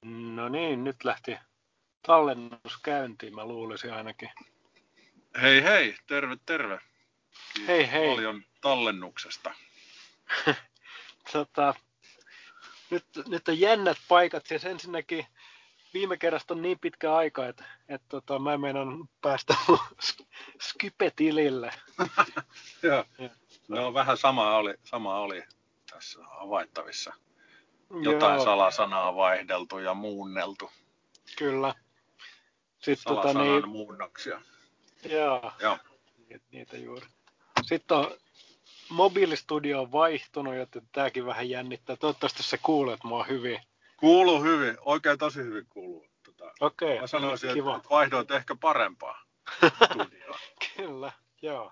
No niin, nyt lähti tallennus käyntiin, mä luulisin ainakin. Hei hei, terve. Kiitos Hei. paljon tallennuksesta. Nyt on jännät paikat, siis ensinnäkin viime kerrasta on niin pitkä aika, että mä en meinaan päästä Skype-tilille. Joo. No vähän sama oli tässä havaittavissa. Jotain salasanaa vaihdeltu ja muunneltu. Kyllä. Sitten salasanan muunnoksia. Joo. Niitä juuri. Sitten on mobiilistudio on vaihtunut, joten tääkin vähän jännittää. Toivottavasti sä kuulet mua hyvin. Kuuluu hyvin, oikein tosi hyvin kuuluu. Okei, mä sanoisin, kiva. että vaihdoit ehkä parempaa studioa. Kyllä, joo.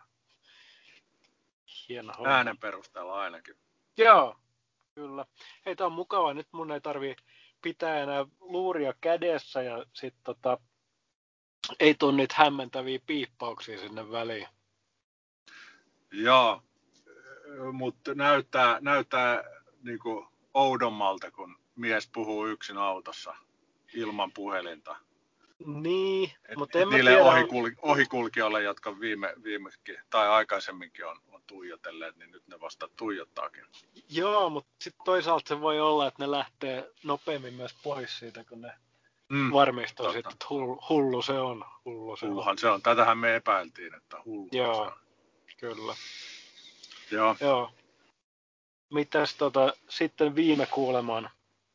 Hieno homma. Äänen perusteella ainakin. Joo, kyllä. Hei, tää on mukava. Nyt mun ei tarvii pitää enää luuria kädessä ja sit ei tuu niitä hämmentäviä piippauksia sinne väliin. Joo, mutta näyttää niinku oudommalta, kun mies puhuu yksin autossa ilman puhelinta. Niin, mutta en mä niille tiedä. ohikulkijoille, jotka viimekin tai aikaisemminkin on tuijotelleet, niin nyt ne vasta tuijottaakin. Joo, mutta sitten toisaalta se voi olla, että ne lähtee nopeammin myös pois siitä, kun ne varmistuu sitten, että hullu se on. Hulluhan se on. Tätähän me epäiltiin, että hullu se on. Kyllä. Joo. Mitäs sitten viime kuulemaan?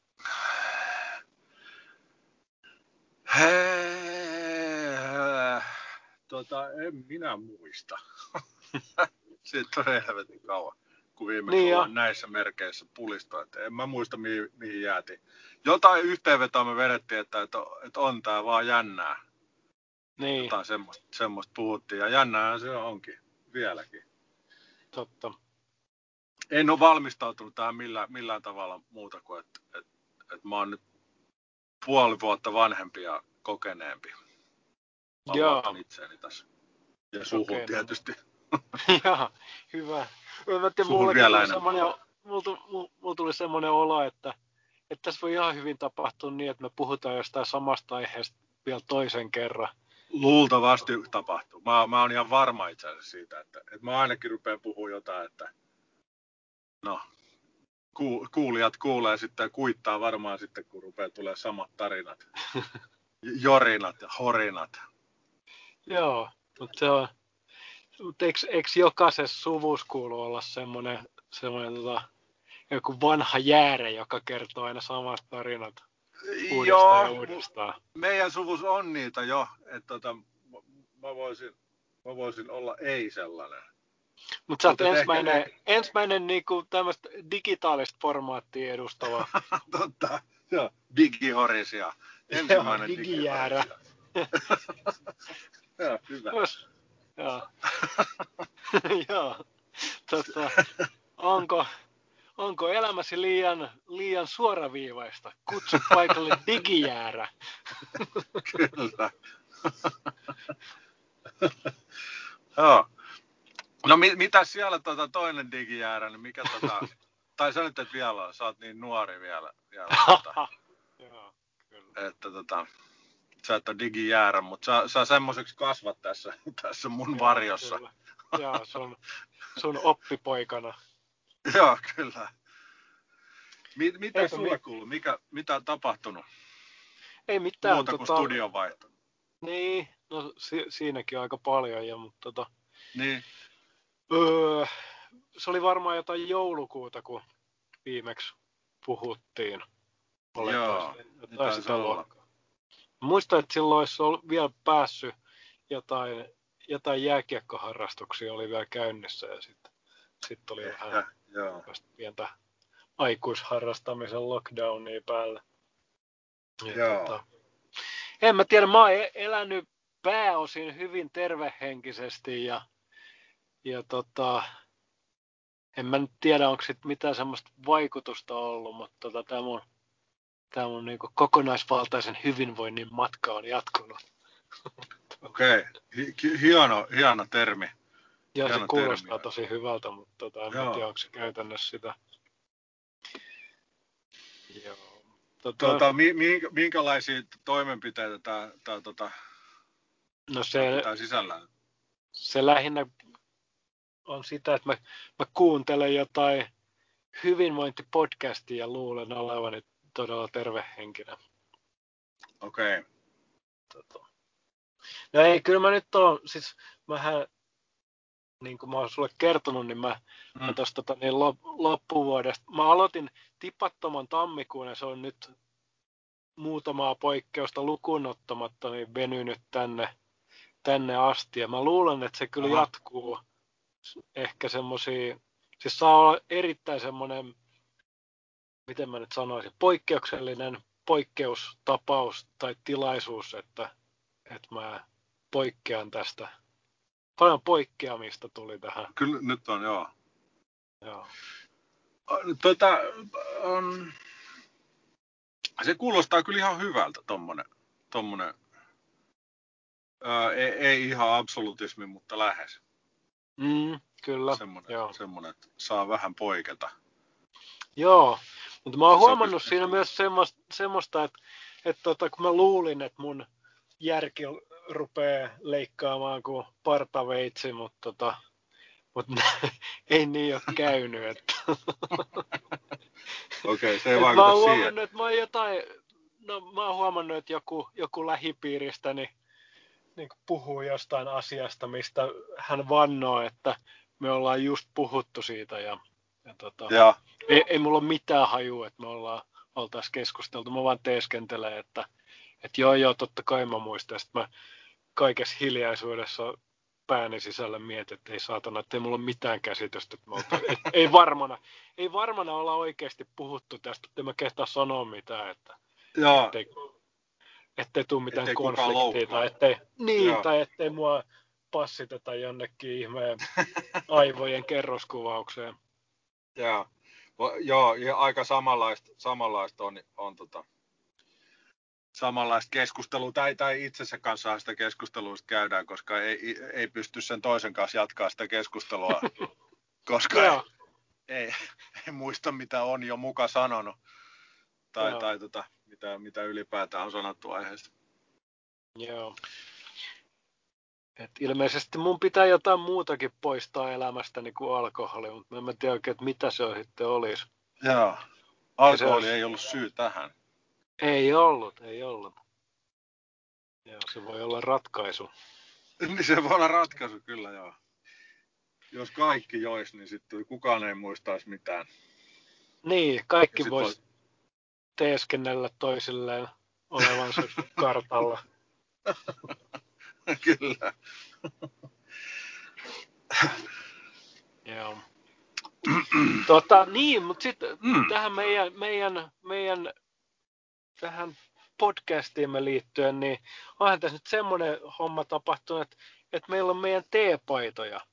En minä muista. Siitä on helvetin kauan, kun viimeksi ollaan näissä merkeissä pulistoa. En mä muista, mihin jäätiin. Jotain yhteenvetoa me vedettiin, että on tää vaan jännää. Niin. Jotain semmoista puhuttiin, ja jännää se onkin vieläkin. Totta. En ole valmistautunut tähän millään tavalla muuta kuin, että mä oon nyt puoli vuotta vanhempi ja kokeneempi. Aloitan itseäni tässä. Ja suhun tietysti. Joo, hyvä. Mulla tuli semmoinen olo, että tässä voi ihan hyvin tapahtua niin, että me puhutaan jostain samasta aiheesta vielä toisen kerran. Luultavasti tapahtuu. Mä oon ihan varma itse asiassa siitä, että mä ainakin rupean puhumaan jotain, että kuulijat kuulee sitten ja kuittaa varmaan sitten, kun rupeaa tulee samat tarinat. Jorinat ja horinat. Joo, mutta se on. Eikö jokaisessa suvussa kuulu olla semmoinen joku vanha jäärä, joka kertoo aina samat tarinat uudestaan ja uudestaan? Meidän suvus on niitä jo, että mä voisin olla ei sellainen. Mutta sä oot ensimmäinen niinku tämmöistä digitaalista formaattia edustava. Totta, joo, digihorisia. Ensimmäinen digijäärä. Joo, hyvä. Joo. Onko elämäsi liian suoraviivaista? Kutsu paikalle digijäärä. Kyllä. Joo. No mitä siellä toinen digijäärä, niin mikä tai sä nyt et vielä ole, sä oot niin nuori vielä. Joo, kyllä. Että sä et ole digijäärä, mutta sä semmoiseksi kasvat tässä mun varjossa. Kyllä. Joo, sun oppipoikana. Joo, kyllä. Mitä sulle kuuluu? Mitä on tapahtunut? Ei mitään. Muuta kuin studion vaihtunut. Niin, no siinäkin aika paljon, mutta Niin. Se oli varmaan jotain joulukuuta, kun viimeksi puhuttiin. Joo, jotain sitä luokkaa. Muistan, että silloin olisi vielä päässyt jotain jääkiekkoharrastuksia oli vielä käynnissä ja sitten oli vähän pientä aikuisharrastamisen lockdownia päällä. En mä tiedä, mä oon elänyt pääosin hyvin tervehenkisesti ja en mä nyt tiedä, onko sit mitään semmoista vaikutusta ollut, mutta tää mun niinku kokonaisvaltaisen hyvinvoinnin matka on jatkunut. Okei, hieno termi. Joo, se kuulostaa tosi hyvältä, mutta en tiedä, onko se käytännössä sitä. Joo. Minkälaisia toimenpiteitä tämä no pitää sisällään? Se lähinnä on sitä, että mä kuuntelen jotain hyvinvointipodcastia ja luulen olevani todella tervehenkinen. Okei. No ei, kyllä mä nyt oon, siis mähän, niin kuin mä oon sulle kertonut, niin mä tosta niin loppuvuodesta, mä aloitin tipattoman tammikuun ja se on nyt muutamaa poikkeusta lukuun ottamatta niin venynyt tänne asti. Ja mä luulen, että se kyllä jatkuu ehkä semmosia, siis saa olla erittäin semmoinen, miten mä nyt sanoisin, poikkeuksellinen poikkeustapaus tai tilaisuus, että mä poikkean tästä. Paljon poikkeamista tuli tähän. Kyllä nyt on, joo. Joo. Se kuulostaa kyllä ihan hyvältä, tommonen ei ihan absolutismi, mutta lähes. Kyllä. Semmonen, että saa vähän poiketa. Joo, mutta mä oon huomannut siinä myös semmoista, että kun mä luulin, että mun järki rupeaa leikkaamaan kuin partaveitsi, mutta ei niin ole käynyt. Että Okei, se ei vaikuta siihen. Mä oon huomannut, että joku lähipiiristäni niin puhuu jostain asiasta, mistä hän vannoo, että me ollaan just puhuttu siitä ja ei mulla ole mitään hajua, että me oltaisiin keskusteltu. Mä vaan teeskentelen, että joo, totta kai mä muistan. Sitten mä kaikessa hiljaisuudessa pääni sisällä mietin, että ei saatana, että ei mulla ole mitään käsitystä. Että ei varmana olla oikeasti puhuttu tästä, että mä kehtaa sanoa mitään, ettei tule mitään ettei konfliktia tai ettei mua passiteta jonnekin ihmeen aivojen kerroskuvaukseen. Joo, aika samanlaista on samanlaista keskustelua, tai itsensä kanssa sitä keskusteluista käydään, koska ei pysty sen toisen kanssa jatkaa sitä keskustelua, koska ei muista mitä on jo muka sanonut, tai mitä ylipäätään on sanottu aiheesta. Joo. Et ilmeisesti mun pitää jotain muutakin poistaa elämästäni kuin alkoholi, mutta en tiedä oikein, että mitä se sitten olisi. Joo, alkoholi ei ollut syy tähän. Ei ollut. Joo, se voi olla ratkaisu. Niin se voi olla ratkaisu, kyllä joo. Jos kaikki jois, niin sitten kukaan ei muistaisi mitään. Niin, kaikki vois teeskennellä toisilleen olevansa kartalla. Kyllä. Joo. Niin, mutta sitten tähän meidän tähän podcastiimme liittyen, niin onhan tässä nyt semmoinen homma tapahtunut, että meillä on meidän teepaitoja.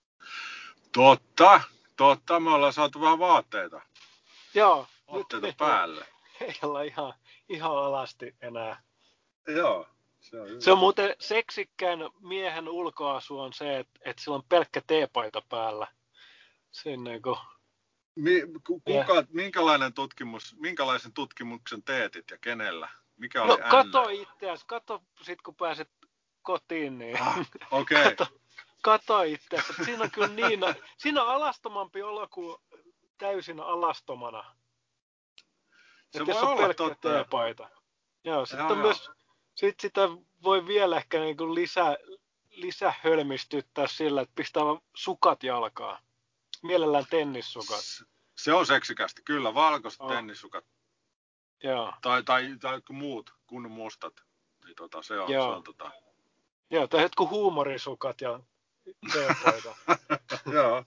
Totta, me ollaan saatu vähän vaatteita. Joo. Vaatteita päälle. Ei olla ihan alasti enää. Joo. Se on muuten seksikkään miehen ulkoasu on se, että sillä on pelkkä teepaita päällä. Sinne kun... Minkälaisen tutkimuksen teetit ja kenellä? Mikä oli kato itseäsi, kato sit kun pääset kotiin, niin okei. Kato itseäsi. Siinä on kyllä siinä on alastomampi olo kuin täysin alastomana. Se voi olla pelkkä totta. Teepaita. Joo, sitten myös sitä voi vielä ehkä niin kuin lisää hölmistyttää sillä, että pistää sukat jalkaan. Mielellään tennissukat. Se on seksikästi, kyllä. Valkoiset tennissukat. Joo. Tai muut kuin mustat. Niin se on. Joo, tai jotkut huumorisukat ja teepaita. Joo.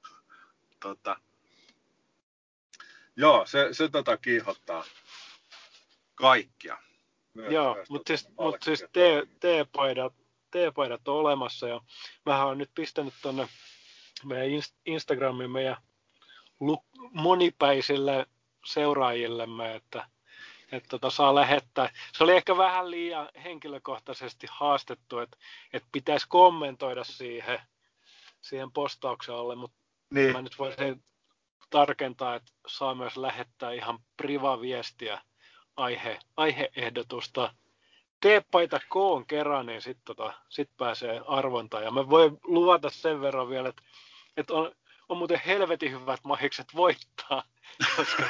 Joo, se kiihottaa kaikkia. Joo, mutta siis teepaidat on olemassa ja mähän on nyt pistänyt tonne meidän Instagramiin meidän monipäisille seuraajillemme, että saa lähettää. Se oli ehkä vähän liian henkilökohtaisesti haastettu, että pitäisi kommentoida siihen postauksen alle, mutta mä nyt voisin tarkentaa, että saa myös lähettää ihan privaviestiä aiheehdotusta. Teepaita koon kerran, niin sit pääsee arvontaan. Ja mä voin luvata sen verran vielä, että on muuten helvetin hyvät mahikset voittaa. Koska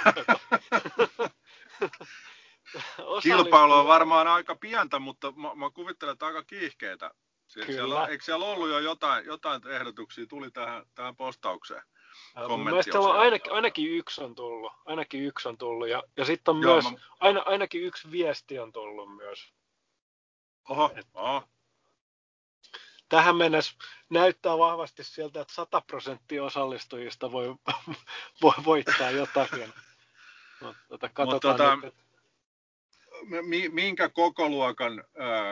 kilpailu on varmaan aika pientä, mutta mä kuvittelen, että aika kiihkeitä. Eikö siellä ollut jo jotain ehdotuksia, tuli tähän postaukseen? Mun mielestä on ainakin yksi on tullut. Ja sitten on myös, ainakin yksi viesti on tullut myös. Oho. Tähän mennessä näyttää vahvasti sieltä, että 100% osallistujista voi voittaa jotakin. Katsotaan nyt. Minkä kokoluokan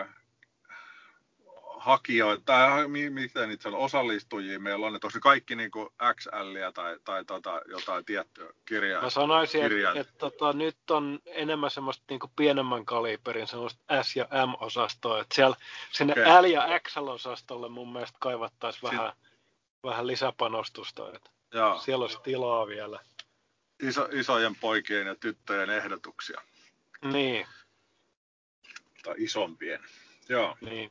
hakijoita, tai mitä niitä on, osallistujia meillä on, että onko se kaikki niin kuin XL tai jotain tiettyä kirjaa? Mä sanoisin, että nyt on enemmän semmoista niin kuin pienemmän kaliberin, semmoista S- ja M-osastoa, että siellä sinne L- ja XL-osastolle mun mielestä kaivattaisiin vähän lisäpanostusta, että siellä olisi tilaa vielä. Isojen poikien ja tyttöjen ehdotuksia. Niin. Tai isompien, joo. Niin.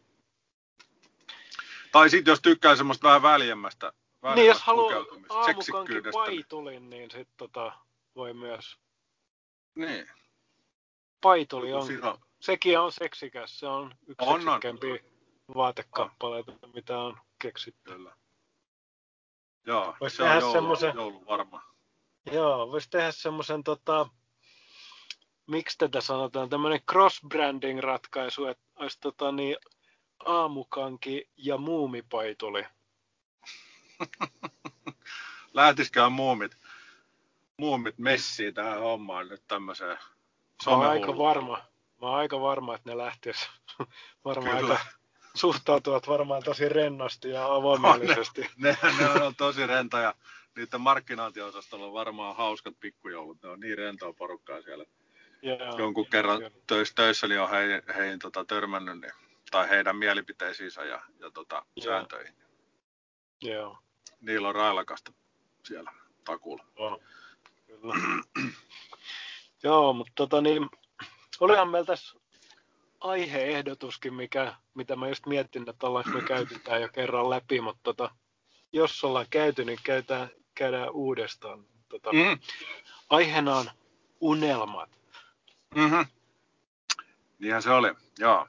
Tai sitten jos tykkää semmoista vähän väljemmästä niin, jos haluaa aamukankin paitulin, niin sitten voi myös. Niin. Paituli on, sekin on seksikäs, se on yksi seksikkäimpiä vaatekappaleita, mitä on keksitty. Kyllä. Joo, vois se on joulu varma. Joo, voisi tehdä semmoisen, miksi tätä sanotaan, tämmöinen cross-branding ratkaisu, että olisi aamukanki ja muumipaituli. Lähtisikään muumit messiin tähän hommaan nyt tämmöiseen somehulluun. Mä oon aika varma, että ne lähtis varmaan aika suhtautuvat varmaan tosi rennosti ja avoimellisesti. Ne on tosi rentoja. Niiden markkinointiosastolla on varmaan hauskat pikkujoulut. Ne on niin rentoa porukkaa siellä. Jonkun kerran töissäni on heihin törmännyt, niin, tai heidän mielipiteisiinsä ja sääntöihin. Joo. Niillä on railakasta siellä takuulla. Kyllä. Joo, mutta olihan meillä tässä aiheehdotuskin, mitä mä just mietin, että ollaanko me käyty tää jo kerran läpi, mutta jos ollaan käyty, niin käydään uudestaan. Aiheena on unelmat. Mm-hmm. Niinhän se oli, joo.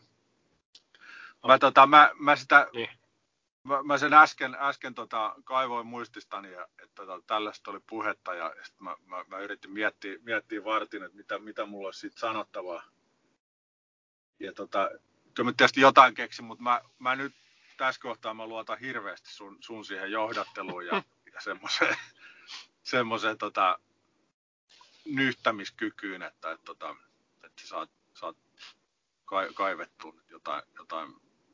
Mä sitä... Niin. Mä sen äsken kaivoin muististani, että tällaista oli puhetta ja sit mä yritin miettiä vartin, että mitä mulla olisi siitä sanottavaa. Ja kyllä mä tietysti jotain keksin, mutta mä nyt tässä kohtaa mä luotan hirveästi sun siihen johdatteluun ja semmoiseen nyhtämiskykyyn, että saat kaivettua jotain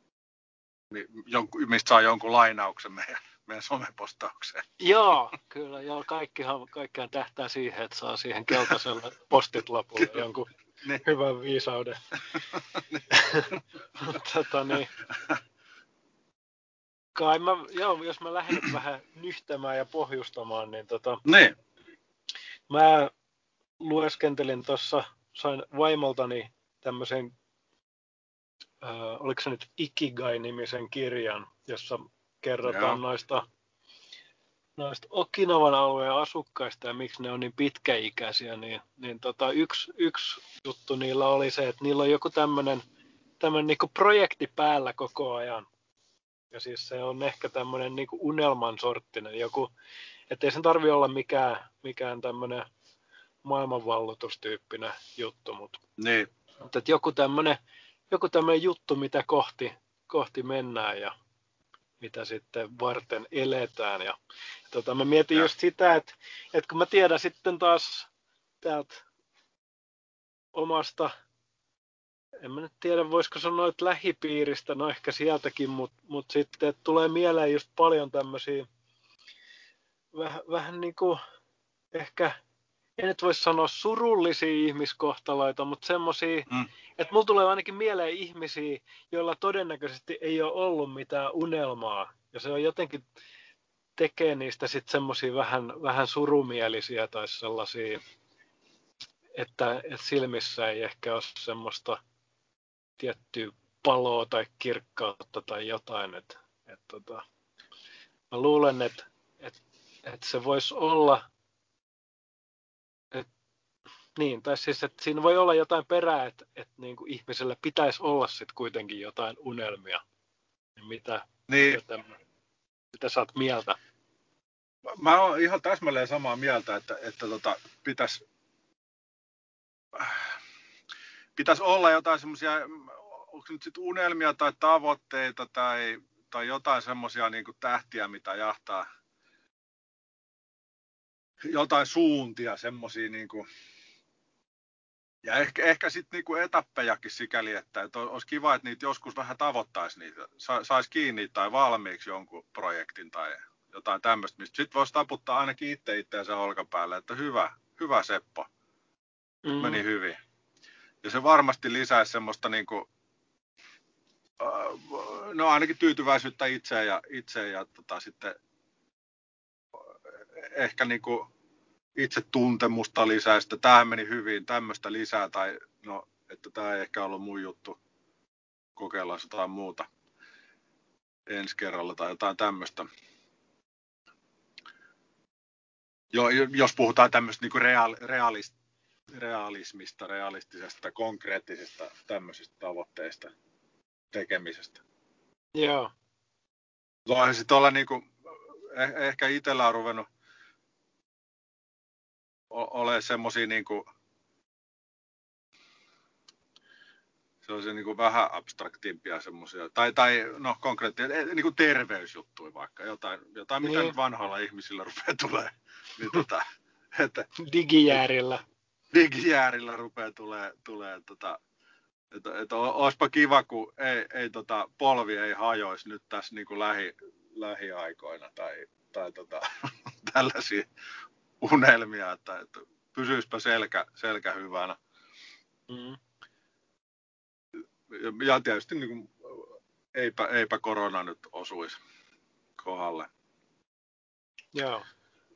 mistä saa jonkun lainauksen meidän somepostaukseen. Joo, kyllä. Joo, kaikkihan tähtää siihen, että saa siihen keltaiselle postitlapulle jonkun hyvän viisauden. Jos mä lähden nyt vähän nyhtämään ja pohjustamaan, niin niin. Mä lueskentelin tuossa, sain vaimoltani tämmöisen oliko se nyt Ikigai-nimisen kirjan, jossa kerrotaan noista Okinawan alueen asukkaista ja miksi ne on niin pitkäikäisiä, niin yksi juttu niillä oli se, että niillä on joku tämmöinen niinku projekti päällä koko ajan. Ja siis se on ehkä tämmöinen niinku unelman sorttinen joku, ettei sen tarvi olla mikään tämmöinen maailmanvallutustyyppinen juttu, mutta joku tämmöinen juttu, mitä kohti mennään ja mitä sitten varten eletään. Ja mä mietin just sitä, että kun mä tiedän sitten taas täältä omasta, en mä nyt tiedä voisiko sanoa, että lähipiiristä, no ehkä sieltäkin, mutta sitten että tulee mieleen just paljon tämmöisiä vähän niin kuin ehkä, en nyt voi sanoa surullisia ihmiskohtaloita, mutta semmoisia, että mulla tulee ainakin mieleen ihmisiä, joilla todennäköisesti ei ole ollut mitään unelmaa. Ja se on jotenkin tekee niistä sitten semmoisia vähän surumielisiä tai sellaisia, että silmissä ei ehkä ole semmoista tiettyä paloa tai kirkkautta tai jotain. Mä luulen, että se voisi olla, niin, tai siis, että siinä voi olla jotain perää, että niin kuin ihmisellä pitäisi olla sitten kuitenkin jotain unelmia. Mitä sä oot mieltä? Mä oon ihan täsmälleen samaa mieltä, että pitäisi olla jotain semmoisia, onko nyt sitten unelmia tai tavoitteita tai jotain semmoisia niin kuin tähtiä, mitä jahtaa. Jotain suuntia semmoisia niin kuin, ja ehkä sitten niin kuin etappejakin sikäli, että olisi kiva, että niitä joskus vähän tavoittaisi niitä, saisi kiinni tai valmiiksi jonkun projektin tai jotain tämmöistä, mistä sitten voisi taputtaa ainakin itseänsä olkapäälle, että hyvä Seppo, nyt meni hyvin. Ja se varmasti lisäisi semmoista niin kuin, no ainakin tyytyväisyyttä itseen ja sitten ehkä niin kuin itsetuntemusta lisää, että tämähän meni hyvin, tämmöistä lisää, tai no, että tämä ei ehkä ollut mun juttu, kokeillaan jotain muuta ensi kerralla tai jotain tämmöistä. Jos puhutaan tämmöistä niin kuin realistisesta, konkreettisesta tämmöisistä tavoitteista, tekemisestä. Joo. Voihan sitten olla niin kuin, ehkä itsellä on ruvennut ole semmosia niinku sellaisia niinku vähän abstraktimpia semmosia tai no konkreettisia niinku terveysjuttuja vaikka jotain niin. Mitä nyt vanhoilla ihmisillä rupeaa tulee niin että digijäärillä rupeaa tulee että olisipa kiva kun ei polvi ei hajoisi nyt tässä niinku lähiaikoina tai tällaisia unelmia, että pysyispä selkä hyvänä. Ja tietysti niin kuin, eipä korona nyt osuisi kohdalle. Joo.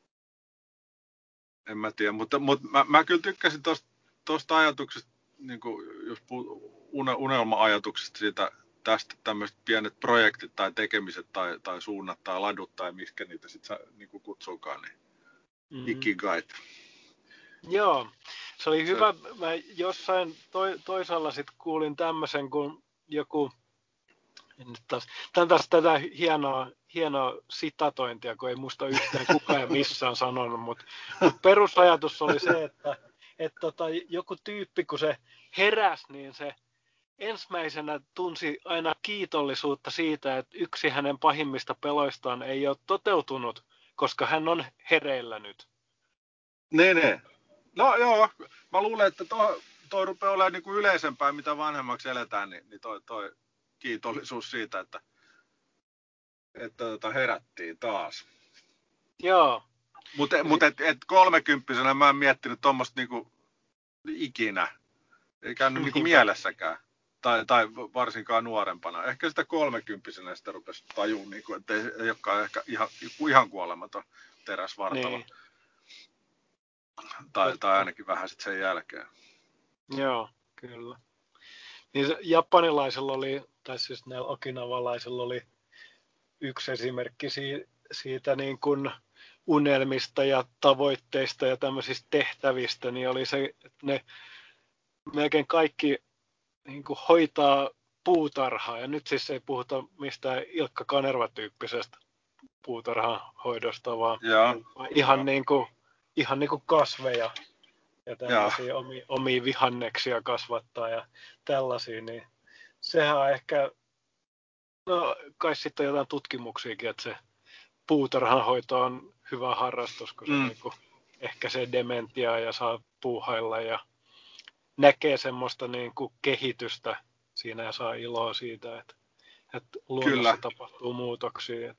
En mä tiedä, mutta mä kyllä tykkäsin tuosta ajatuksesta, niin kuin jos unelma-ajatuksesta siitä, tästä tämmöiset pienet projektit tai tekemiset tai suunnat tai ladut tai miskä niitä sitten niin kutsuukaan, niin ikigait. Joo, se oli hyvä. Mä jossain toisaalla sitten kuulin tämmöisen, kun joku, tämä on taas tätä hienoa sitatointia, kun ei muista yhtään kukaan missään sanonut, mutta perusajatus oli se, että joku tyyppi, kun se heräsi, niin se ensimmäisenä tunsi aina kiitollisuutta siitä, että yksi hänen pahimmista peloistaan ei ole toteutunut, koska hän on hereillä nyt. Ne. No joo, mä luulen, että toi rupeaa olemaan niin kuin yleisempää, mitä vanhemmaksi eletään, niin toi kiitollisuus siitä, että herättiin taas. Joo. Mutta et 30-vuotiaana mä en miettinyt tuommoista niinku ikinä. Ei käynyt niinku mielessäkään. Tai varsinkaan nuorempana. Ehkä sitä 30-vuotiaana sitä rupesi tajuun, niinku, että ei olekaan ehkä ihan kuolematon teräsvartalo. Niin. Tai ainakin vähän sitten sen jälkeen. Joo, kyllä. Niin japanilaisilla oli, tai siis näillä okinavalaisilla oli yksi esimerkki siitä niin kuin unelmista ja tavoitteista ja tämmöisistä tehtävistä, niin oli se, että ne melkein kaikki niin kuin hoitaa puutarhaa. Ja nyt siis ei puhuta mistään Ilkka Kanerva-tyyppisestä puutarhan hoidosta, vaan ihan niin kuin kasveja ja tällaisia omia vihanneksia kasvattaa ja tällaisia, niin sehän on ehkä, no kai sitten on jotain tutkimuksiakin, että se puutarhanhoito on hyvä harrastus, kun se niinku ehkäisee dementiaa ja saa puuhailla ja näkee semmoista niinku kehitystä siinä ja saa iloa siitä, että luonnossa tapahtuu muutoksia.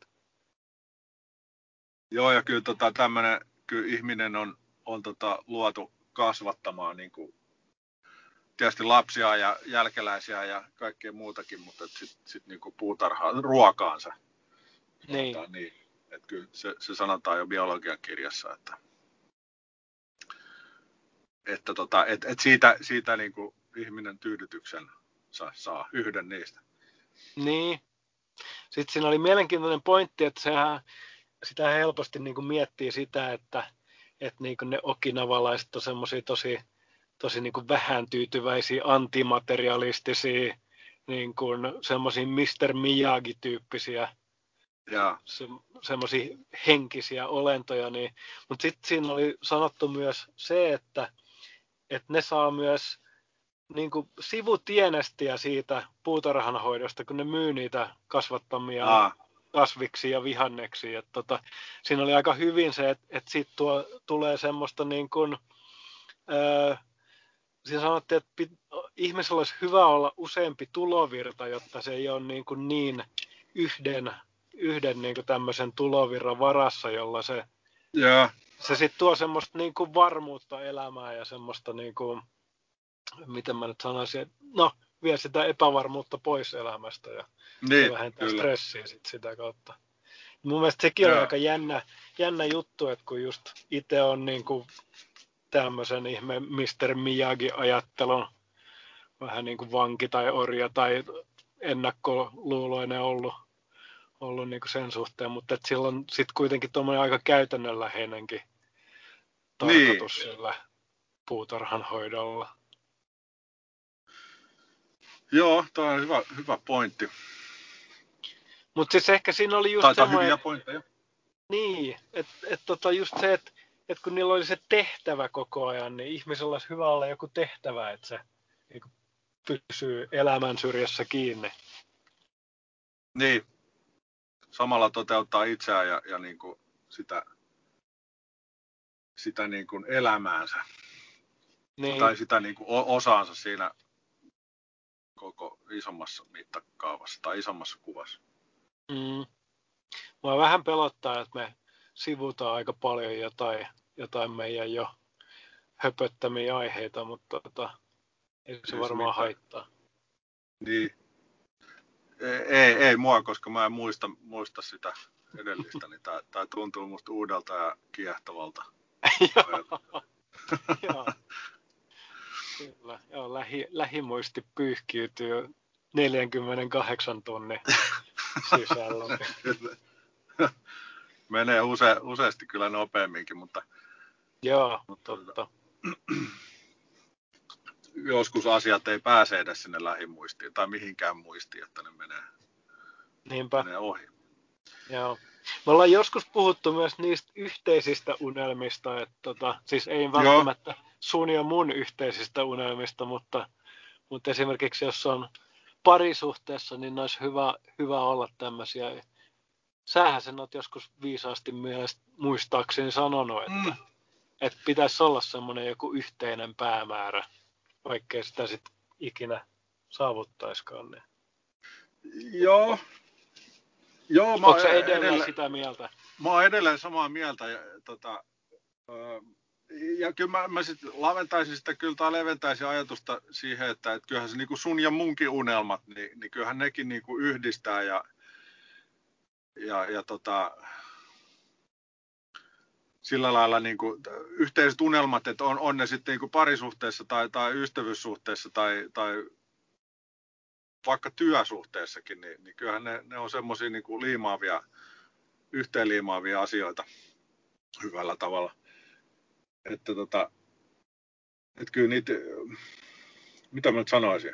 Joo, ja kyllä tämmöinen, kyllä ihminen on luotu kasvattamaan niin kuin, tietysti lapsia ja jälkeläisiä ja kaikkea muutakin, mutta sitten niin kuin puutarhaa ruokaansa. Niin. Että kyllä se sanotaan jo biologian kirjassa, että siitä niin kuin ihminen tyydytyksen saa yhden niistä. Niin. Sitten siinä oli mielenkiintoinen pointti, että sitä helposti niin kuin miettii sitä, että niin kuin ne okinavalaiset on semmoisia tosi niin kuin vähän tyytyväisiä, antimaterialistisia, niin kuin semmoisia Mr. Miyagi-tyyppisiä, semmoisia henkisiä olentoja. Niin. Mutta sitten siinä oli sanottu myös se, että ne saa myös niin kuin sivutienestiä siitä puutarhanhoidosta, kun ne myy niitä kasvattamia kasviksi ja vihanneksi. Siinä oli aika hyvin se, että siitä tulee semmoista niin kuin, siinä sanottiin, että ihmisellä olisi hyvä olla useampi tulovirta, jotta se ei ole niin yhden niin kuin tämmöisen tulovirran varassa, jolla se sitten tuo semmoista niin kuin varmuutta elämään ja semmoista, niin kuin, miten mä nyt sanoisin, vie sitä epävarmuutta pois elämästä ja se vähentää stressiä sitä kautta. Mun mielestä sekin on aika jännä juttu, että kun just itse on niin kuin tämmöisen ihme Mr. Miyagi-ajattelun vähän niin kuin vanki tai orja tai ennakkoluuloinen ollut niin kuin sen suhteen, mutta että sillä on sitten kuitenkin tuommoinen aika käytännönläheinenkin tarkoitus sillä puutarhanhoidolla. Joo, tämä on hyvä pointti. Mutta siis ehkä siinä oli just semmoinen... hyviä pointteja. Niin, että just se, että kun niillä oli se tehtävä koko ajan, niin ihmisellä olisi hyvä olla joku tehtävä, että se niin pysyy elämän syrjässä kiinni. Niin, samalla toteuttaa itseään ja niin kuin sitä niin kuin elämäänsä. Niin. Tai sitä niin kuin osaansa siinä koko isommassa mittakaavassa tai isommassa kuvassa. Mua vähän pelottaa, että me sivutaan aika paljon jotain meidän jo höpöttämiä aiheita, mutta ei se varmaan haittaa. Niin. Ei mua, koska mä en muista sitä edellistä, niin tää tuntuu musta uudelta ja kiehtovalta. Joo. Kyllä, joo, lähimuisti pyyhkiytyy 48 tunnin sisällä. Menee useasti kyllä nopeamminkin, mutta... Joo, totta. Joskus asiat ei pääse edes sinne lähimuistiin tai mihinkään muistiin, että ne menee ohi. Joo. Me ollaan joskus puhuttu myös niistä yhteisistä unelmista, että siis ei välttämättä sun ja mun yhteisistä unelmista, mutta esimerkiksi jos on parisuhteessa, niin olisi hyvä olla tämmöisiä. Sähän sen oot joskus viisaasti muistaakseni sanonut, että pitäisi olla semmoinen joku yhteinen päämäärä, vaikkei sitä sitten ikinä saavuttaisikaan. Niin. Joo, onko sä edelleen sitä mieltä? Mä oon edelleen samaa mieltä. Ja kyllä mä sitten laventaisin sitä kyllä tai leventäisin ajatusta siihen, että kyllähän se niinku sun ja munkin unelmat, niin kyllähän nekin niinku yhdistää ja sillä lailla niinku yhteiset unelmat, että on ne sitten niinku parisuhteessa tai ystävyyssuhteessa tai vaikka työsuhteessakin, niin kyllähän ne on semmoisia niinku yhteenliimaavia asioita hyvällä tavalla. Että kyllä niitä, mitä mä nyt sanoisin?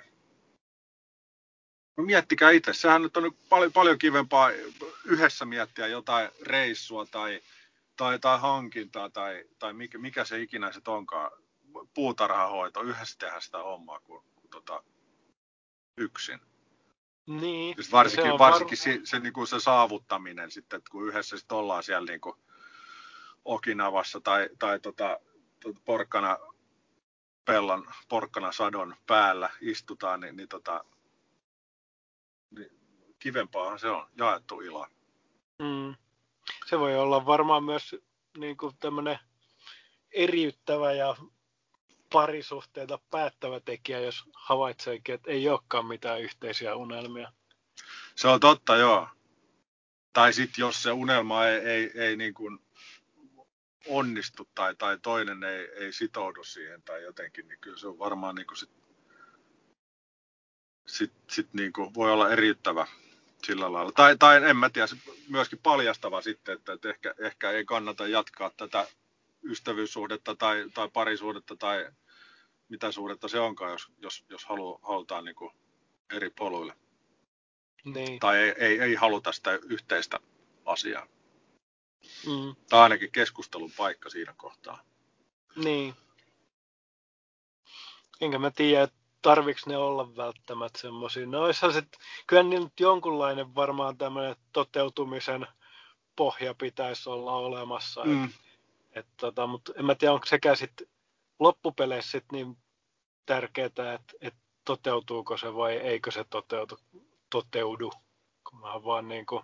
No miettikää itse, sehän nyt on paljon kivempaa yhdessä miettiä jotain reissua tai hankintaa tai mikä se ikinä se onkaan, puutarhahoito, yhdessä tehdä sitä hommaa kuin yksin. Niin. Siis varsinkin se, niin kuin se saavuttaminen sitten, että kun yhdessä sitten ollaan siellä niin kuin Okinavassa tai porkkana sadon päällä istutaan, niin kivempaahan se on, jaettu ilo. Se voi olla varmaan myös niin kuin tämmöinen eriyttävä ja parisuhteita päättävä tekijä, jos havaitseekin, että ei olekaan mitään yhteisiä unelmia. Se on totta, joo. Tai sitten jos se unelma ei niin kuin onnistu tai toinen ei sitoudu siihen tai jotenkin, niin kyllä se on varmaan niin kuin sit niin kuin voi olla eriyttävä sillä lailla. Tai en mä tiedä, myöskin paljastava sitten, että ehkä ei kannata jatkaa tätä ystävyyssuhdetta tai parisuhdetta tai mitä suhdetta se onkaan, jos halutaan niin kuin eri poluille. Niin. Tai ei haluta sitä yhteistä asiaa. Tai Mm. ainakin keskustelun paikka siinä kohtaa. Niin. Enkä mä tiedä, että tarviks ne olla välttämättä semmosia. No olisihan sit, kyllä niin nyt jonkunlainen varmaan tämmöinen toteutumisen pohja pitäisi olla olemassa. Mutta en mä tiedä, onko sekä sitten loppupeleissä sit niin tärkeää, että toteutuuko se vai eikö se toteudu. Kun mä vaan niinku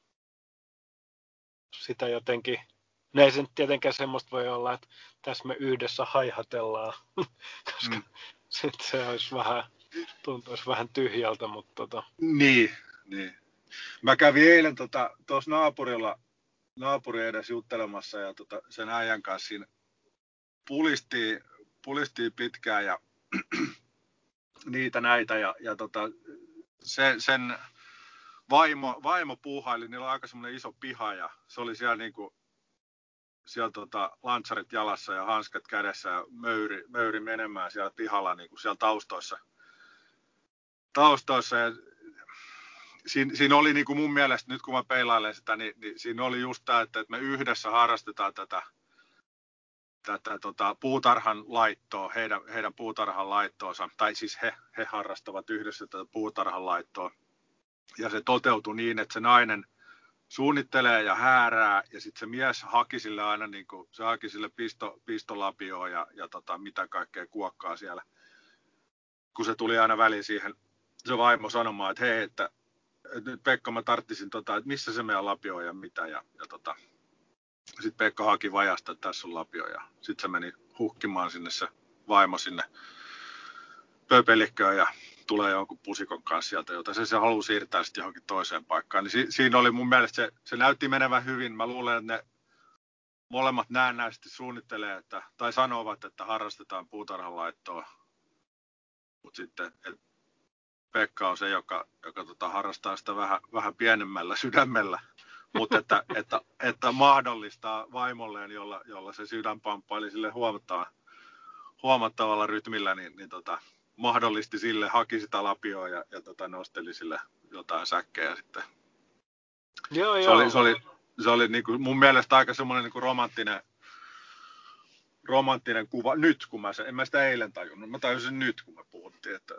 sitä jotenkin, no ei se nyt tietenkään semmoista voi olla, että tässä me yhdessä haihatellaan, koska sitten se olisi tuntuisi vähän tyhjältä, mutta Niin. Mä kävin eilen tuossa naapuri edes juttelemassa ja sen äijän kanssa siinä pulistiin pitkään ja niitä näitä ja sen vaimo puuhaili, niillä on aika semmoinen iso piha ja se oli siellä niinku siellä lantsarit jalassa ja hanskat kädessä ja möyri menemään siellä pihalla niinku siellä taustoissa ja siinä oli niinku mun mielestä, nyt kun mä peilailen sitä, niin siinä oli just tämä, että me yhdessä harrastetaan tätä puutarhan laittoa, heidän puutarhan laittoonsa, tai siis he harrastavat yhdessä tätä puutarhan laittoa. Ja se toteutui niin, että se nainen suunnittelee ja häärää, ja sitten se mies haki sille aina, niin kuin, se haki sille pistolapioon ja mitä kaikkea kuokkaa siellä. Kun se tuli aina väliin siihen, se vaimo sanomaan, että hei, että nyt Pekka mä tarttisin, että missä se meidän lapio on ja mitä. Ja sitten Pekka haki vajasta, että tässä on lapio. Ja sitten se meni huhkimaan sinne se vaimo sinne pöpelikköön ja tulee jonkun pusikon kanssa sieltä, jota se haluaa siirtää sitten johonkin toiseen paikkaan. Niin siinä oli mun mielestä, se näytti menevän hyvin. Mä luulen, että ne molemmat näennäisesti suunnittelee, tai sanovat, että harrastetaan puutarhanlaittoa. Mutta sitten Pekka on se, joka harrastaa sitä vähän pienemmällä sydämellä. Mutta että mahdollistaa vaimolleen, jolla se sydän pamppaili sille huomattavalla rytmillä, niin mahdollisti sille, haki sitä lapioa ja nosteli sille jotain säkkejä sitten. Joo. Se oli niin kuin mun mielestä aika semmoinen niin kuin romanttinen kuva. Nyt kun en mä sitä eilen tajunnut. Mä tajusin nyt, kun me puhuttiin, että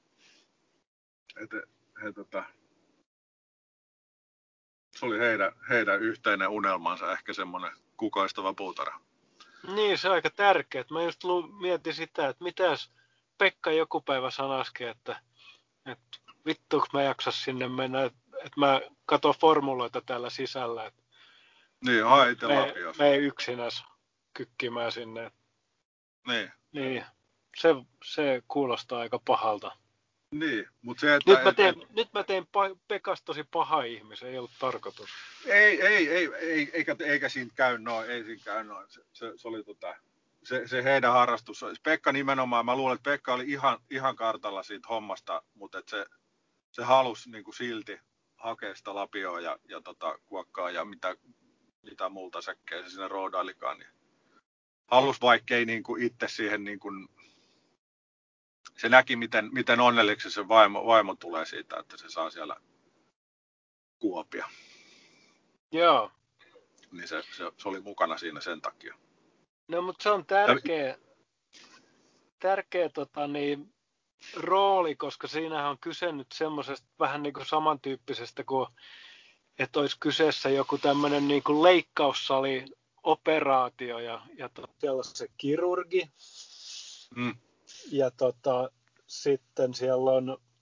se oli heidän yhteinen unelmansa, ehkä semmoinen kukoistava puutarha. Niin, se on aika tärkeää. Mä just mietin sitä, että mitäs Pekka joku päivä sanaskin, että vittuuks mä jaksas sinne mennä, että mä katon formuloita täällä sisällä. Että niin, haite lapiossa. Me ei yksinäs kykkimään sinne. Niin, se kuulostaa aika pahalta. Niin, mutta se, että... Nyt mä tein Pekasta tosi paha ihmisen, ei ollut tarkoitus. Eikä siinä käy noin, Se oli se heidän harrastus. Pekka nimenomaan, mä luulen, että Pekka oli ihan kartalla siitä hommasta, mutta että se halusi niin kuin silti hakea sitä lapioa ja kuokkaa ja mitä multa säkkejä se siinä roodailikaan. Niin halusi, vaikkei niin kuin itse siihen niin kuin, se näki, miten onnelliksi se vaimo tulee siitä, että se saa siellä kuopia. Joo. Niin se oli mukana siinä sen takia. No, mutta se on tärkeä rooli, koska siinähän on kyse nyt semmoisesta vähän niin kuin samantyyppisestä kuin, että olisi kyseessä joku tämmöinen niin kuin leikkaussali operaatio ja siellä on se kirurgi ja sitten siellä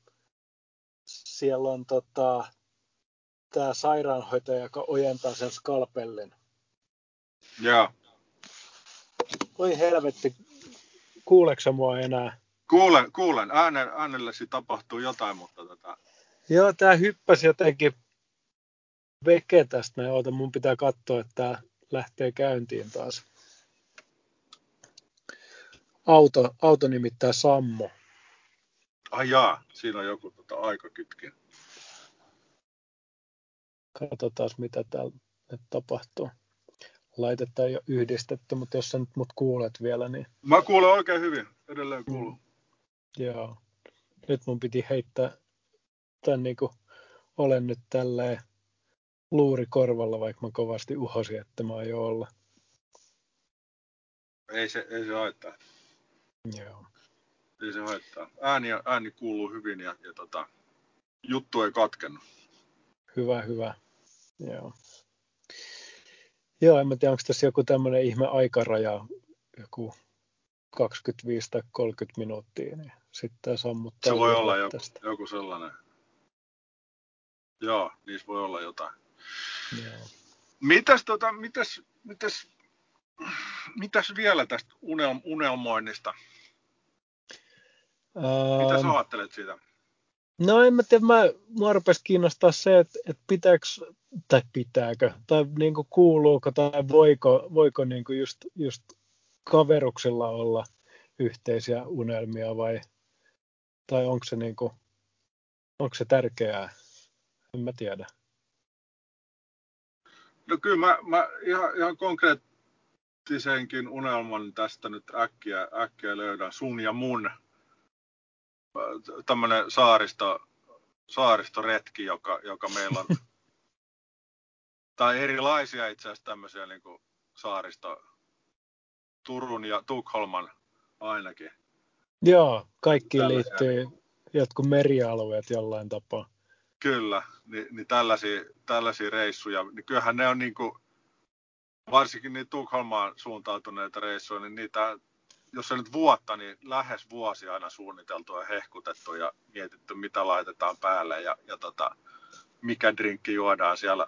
on tämä sairaanhoitaja, joka ojentaa sen skalpellin. Joo. Oi helvetti, kuuleeko sä mua enää? Kuulen. Äänellesi tapahtuu jotain, mutta Joo, tää hyppäsi jotenkin veke tästä. Oota, mun pitää katsoa, että tää lähtee käyntiin taas. Auto nimittäin Sammo. Ai jaa, siinä on joku aikakytkin. Katsotaan, mitä täällä nyt tapahtuu. Laitetta ei ole yhdistetty, mutta jos sä nyt mut kuulet vielä, niin... Mä kuulen oikein hyvin, edelleen kuuluu. Joo. Nyt mun piti heittää tämän niinku, olen nyt tälleen luuri korvalla, vaikka mä kovasti uhosin, että mä aion olla. Ei se haittaa. Joo. Ei se haittaa. Ääni kuuluu hyvin ja juttu ei katkennut. Hyvä. Joo, en mä tiedä, onko tässä joku tämmöinen ihme aikaraja, joku 25 tai 30 minuuttia, niin sitten tämä sammuttaa. Se voi olla joku sellainen. Joo, niissä voi olla jotain. Joo. Mitäs vielä tästä unelmoinnista? Mitä sä ajattelet siitä? No en mä tiedä, mua rupesi kiinnostaa se, että pitääkö, tai niinku kuuluuko, tai voiko niinku just kaveruksilla olla yhteisiä unelmia, tai onko se tärkeää? En mä tiedä. No kyllä mä ihan konkreettisenkin unelman tästä nyt äkkiä löydän. Sun ja mun tämmönen saaristoretki, joka meillä on. Tai erilaisia itse asiassa tämmöisiä niin kuin saaristo Turun ja Tukholman ainakin. Joo, kaikkiin liittyy jotkut merialueet jollain tapaa. Kyllä, niin tällaisia reissuja, niin kyllähän ne on niinku, varsinkin niin Tukholmaan suuntautuneita reissuja, niin niitä, jos se nyt vuotta, niin lähes vuosi aina suunniteltu ja hehkutettu ja mietitty, mitä laitetaan päälle ja mikä drinkki juodaan siellä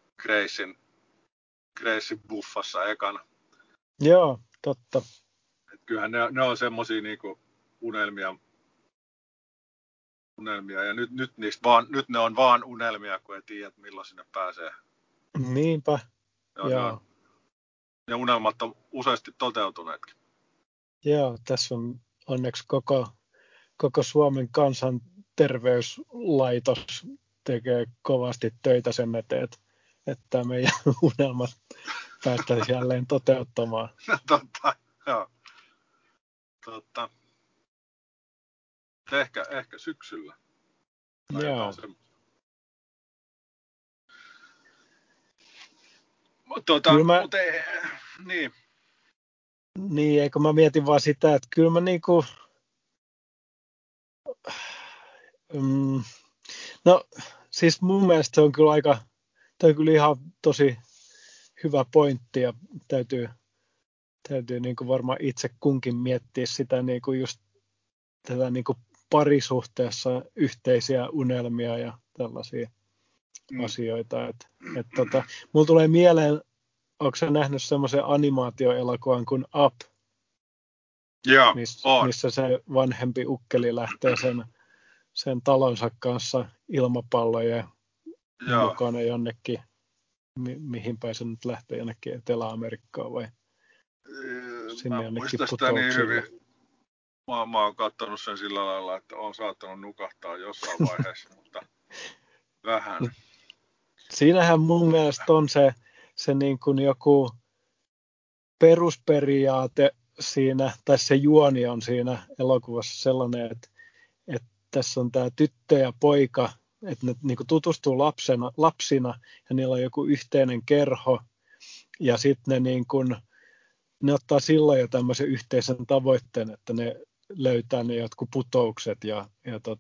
Gracein buffassa ekana. Joo, totta. Et kyllähän ne on semmosia niinku unelmia ja nyt ne on vaan unelmia, kun ei tiedä, milloin sinne pääsee. Niinpä. Joo. Ne unelmat on useasti toteutuneetkin. Joo, tässä on onneksi koko Suomen kansanterveyslaitos tekee kovasti töitä sen eteen, että meidän unelmat päästäisiin jälleen toteuttamaan. Totta, joo. Totta. Ehkä syksyllä. Joo. Niin. Niin, eikö mä mietin vaan sitä, että kyllä mä niinku... No, siis mun mielestä se on kyllä toi on kyllä ihan tosi hyvä pointti ja täytyy niinku varmaan itse kunkin miettiä sitä niinku just tätä niinku parisuhteessa yhteisiä unelmia ja tällaisia asioita. Mulla tulee mieleen, onko sä nähnyt semmoisen animaatioelokuvan kuin Up? Joo, missä se vanhempi ukkeli lähtee sen talonsa kanssa ilmapallojen mukana jonnekin, mihin päin se nyt lähtee, jonnekin Etelä-Amerikkaan vai sinne jonnekin putouksille. Niin mä oon katsonut sen sillä lailla, että oon saattanut nukahtaa jossain vaiheessa, mutta vähän. Siinähän mun mielestä on se niin kuin joku perusperiaate siinä, tai se juoni on siinä elokuvassa sellainen, että tässä on tämä tyttö ja poika, että ne niin kuin tutustuu lapsina ja niillä on joku yhteinen kerho ja sitten ne ottaa silloin jo tämmöisen yhteisen tavoitteen, että ne löytää ne jotkut putoukset ja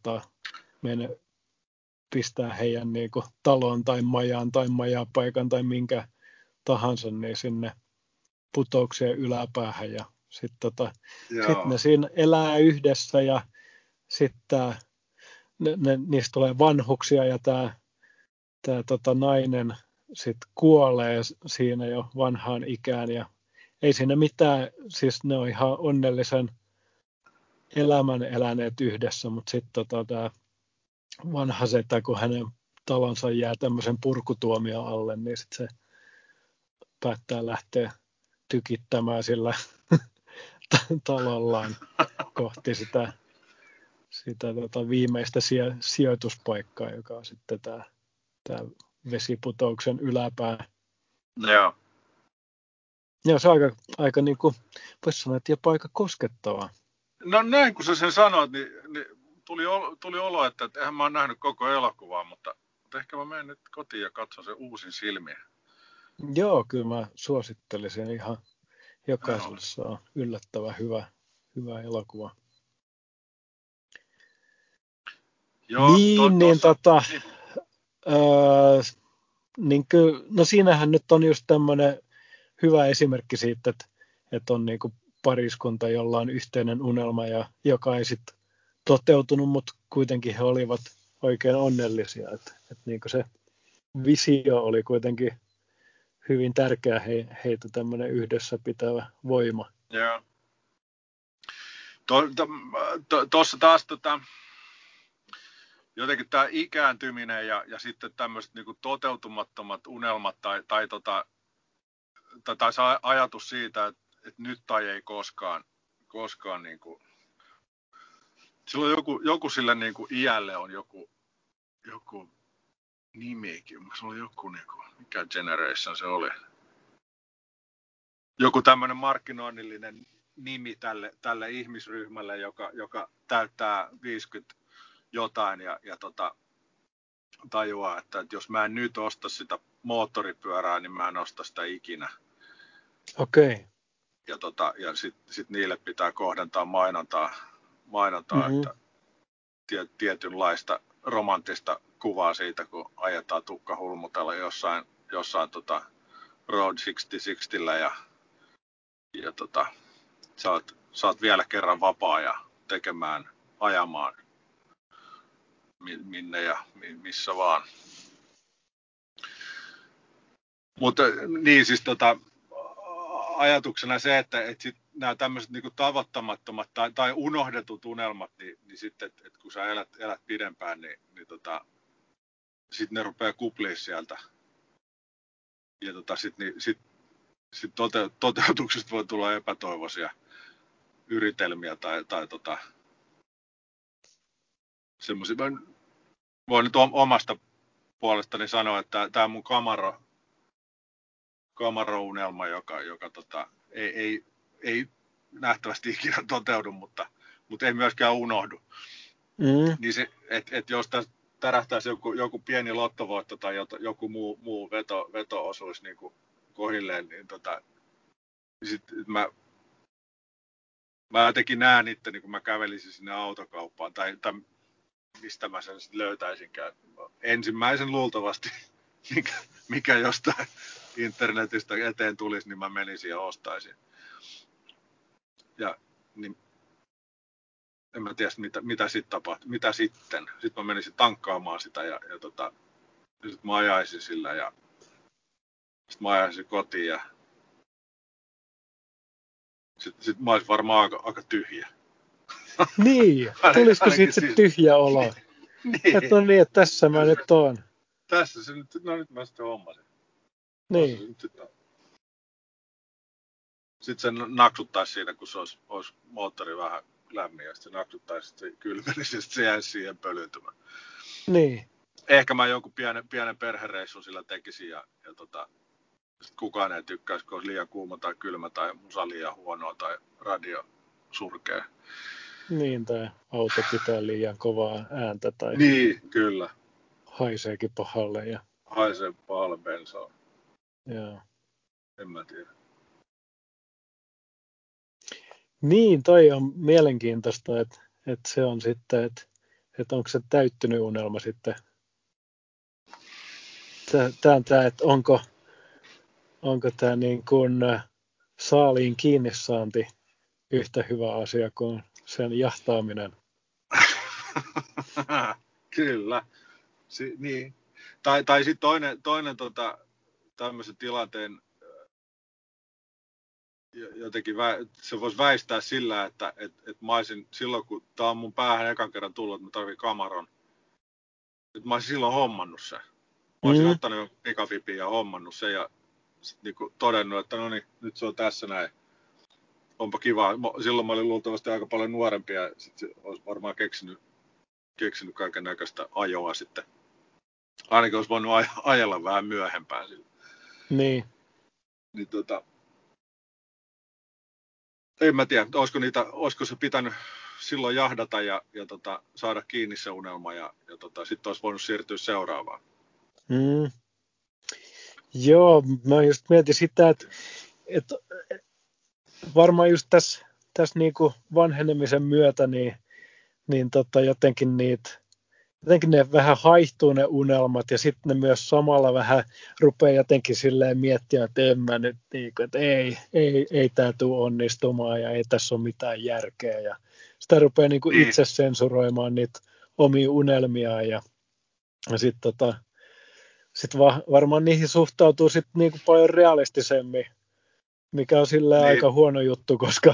pistää heidän niin kuin taloon tai majaan tai majapaikan tai minkä tahansa niin sinne putouksien yläpäähän ja sitten ne siinä elää yhdessä ja sitten niistä tulee vanhuksia ja tämä nainen sitten kuolee siinä jo vanhaan ikään ja ei siinä mitään, siis ne on ihan onnellisen elämän eläneet yhdessä, mutta sitten tämä vanha setä, kun hänen talonsa jää tämmöisen purkutuomion alle, niin sitten se päättää lähteä tykittämään sillä talollaan kohti sitä viimeistä sijoituspaikkaa, joka on sitten tämä vesiputouksen yläpää. Joo. Joo, se on aika niin kuin, voisi sanoa, että jopa aika koskettavaa. No näin, kun sä sen sanoit, niin tuli olo, että eihän mä oon nähnyt koko elokuvaa, mutta ehkä mä menen nyt kotiin ja katson sen uusin silmiä. Joo, kyllä mä suosittelisin ihan jokaiselle. Se on yllättävän hyvä elokuva. Joo, no siinähän nyt on just tämmöinen hyvä esimerkki siitä, että on niinku pariskunta, jolla on yhteinen unelma ja joka ei sitten toteutunut, mutta kuitenkin he olivat oikein onnellisia. Että niinku se visio oli kuitenkin hyvin tärkeä heitä tämmöinen yhdessä pitävä voima. Joo. Tuossa taas jotenkin tämä ikääntyminen ja sitten tämmöiset niinku toteutumattomat unelmat tai se ajatus siitä, että nyt tai ei koskaan niinku, silloin joku sille niinku iälle on joku nimikin. Se oli joku niinku, mikä generation se oli? Joku tämmöinen markkinoinnillinen nimi tälle ihmisryhmälle, joka täyttää 50 jotain ja tajuaa, että jos mä en nyt osta sitä moottoripyörää, niin mä en osta sitä ikinä. Okei. Okay. Ja sit niille pitää kohdentaa mainontaa että tietynlaista romanttista kuvaa siitä, kun ajetaan tukkahulmutella jossain Road 60 ja sä oot vielä kerran vapaa ja ajamaan minne ja missä vaan. Mutta niin siis ajatuksena se, että sit nämä tämmöiset niinku tavoittamattomat tai unohdetut unelmat, niin sitten, että kun sä elät pidempään, niin sitten ne rupeaa kupliin sieltä. Ja sit toteutuksesta voi tulla epätoivoisia yritelmiä tai semmoisia. Voin nyt omasta puolestani sanoa, että tämä mun Camaro-unelma, joka ei nähtävästi ikinä toteudu, mutta ei myöskään unohdu. Niin se, että jos tässä tärähtäisi joku pieni lottovoitto tai joku muu veto osuisi niin kuin kohilleen, niin sit mä jotenkin näen itteni, kun mä kävelisin sinne autokauppaan tai mistä mä sen sitten löytäisinkään. Ensimmäisen luultavasti, mikä jostain internetistä eteen tulisi, niin mä menisin ja ostaisin. Ja niin, en mä tiedä, mitä sitten tapahtui. Mitä sitten? Sitten mä menisin tankkaamaan sitä ja sitten mä ajaisin sillä ja sitten mä ajaisin kotiin ja sitten mä olisin varmaan aika tyhjä. Niin, tulisiko siitä se tyhjä olo? Niin. Että on niin, että tässä mä nyt oon. Tässä se nyt, no nyt mä sitten hommasin. Niin. Sitten se naksuttaisi siinä, kun se olisi moottori vähän lämmin ja sitten se naksuttaisi, että se kylmenisi ja sitten se jäisi siihen pölyntymään. Niin. Ehkä mä jonkun pienen perhereissun sillä tekisin ja sitten kukaan ei tykkäisi, kun olisi liian kuuma tai kylmä tai musa liian huonoa tai radio surkea. Niin, tai auto pitää liian kovaa ääntä tai niin, kyllä. Haiseekin pahalle. Ja haisee pahalle bensaa. Joo. En mä tiedä. Niin, toi on mielenkiintoista, että se on sitten, että onko se täyttynyt unelma sitten. Tämä, että onko tämä niin kuin saaliin kiinnisaanti yhtä hyvä asia kuin sen jahtaaminen. Kyllä. Niin. Tai sitten toinen tämmöisen tilanteen jotenkin se voisi väistää sillä, että mä olisin silloin, kun tää on mun päähän ekan kerran tullut, että mä tarvitsen Camaron, että mä olisin silloin hommannut sen. Mä olisin ottanut pikavipin ja hommannut sen ja sit niinku todennut, että no niin, nyt se on tässä näin. Onpa kiva. Silloin mä olin luultavasti aika paljon nuorempi ja sitten olisi varmaan keksinyt kaiken näköistä ajoa sitten. Ainakin olisi voinut ajella vähän myöhempään sillä. Niin. Niin en mä tiedä, olisiko se pitänyt silloin jahdata ja saada kiinni se unelma ja sitten olisi voinut siirtyä seuraavaan. Joo, mä just mietin sitä, että varmaan just tässä niinku vanhenemisen myötä niin jotenkin ne vähän haihtuu ne unelmat ja sitten ne myös samalla vähän rupeaa jotenkin silleen miettiä, että en mä nyt niinku, että ei tää tule onnistumaan ja ei tässä ole mitään järkeä ja sitä rupeaa niinku itse sensuroimaan niitä omia unelmiaan ja sitten varmaan niihin suhtautuu sitten niinku paljon realistisemmin, mikä on silleen aika huono juttu, koska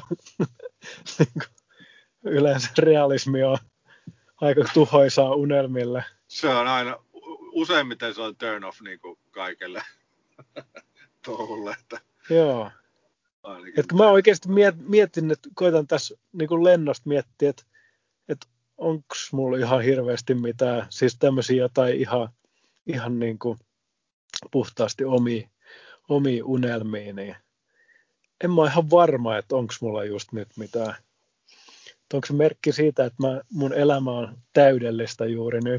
yleensä realismi on aika tuhoisaa unelmille. Se on aina, useimmiten se on turn off niin kuin kaikelle touhulle. Joo. Että mä oikeasti mietin, että koitan tässä niin kuin lennosta miettiä, että onko mulla ihan hirveästi mitään, siis tämmöisiä jotain ihan niin kuin puhtaasti omia unelmia, niin en mä ole ihan varma, että onko mulla just nyt mitään. Onko se merkki siitä, että mun elämä on täydellistä juuri nyt?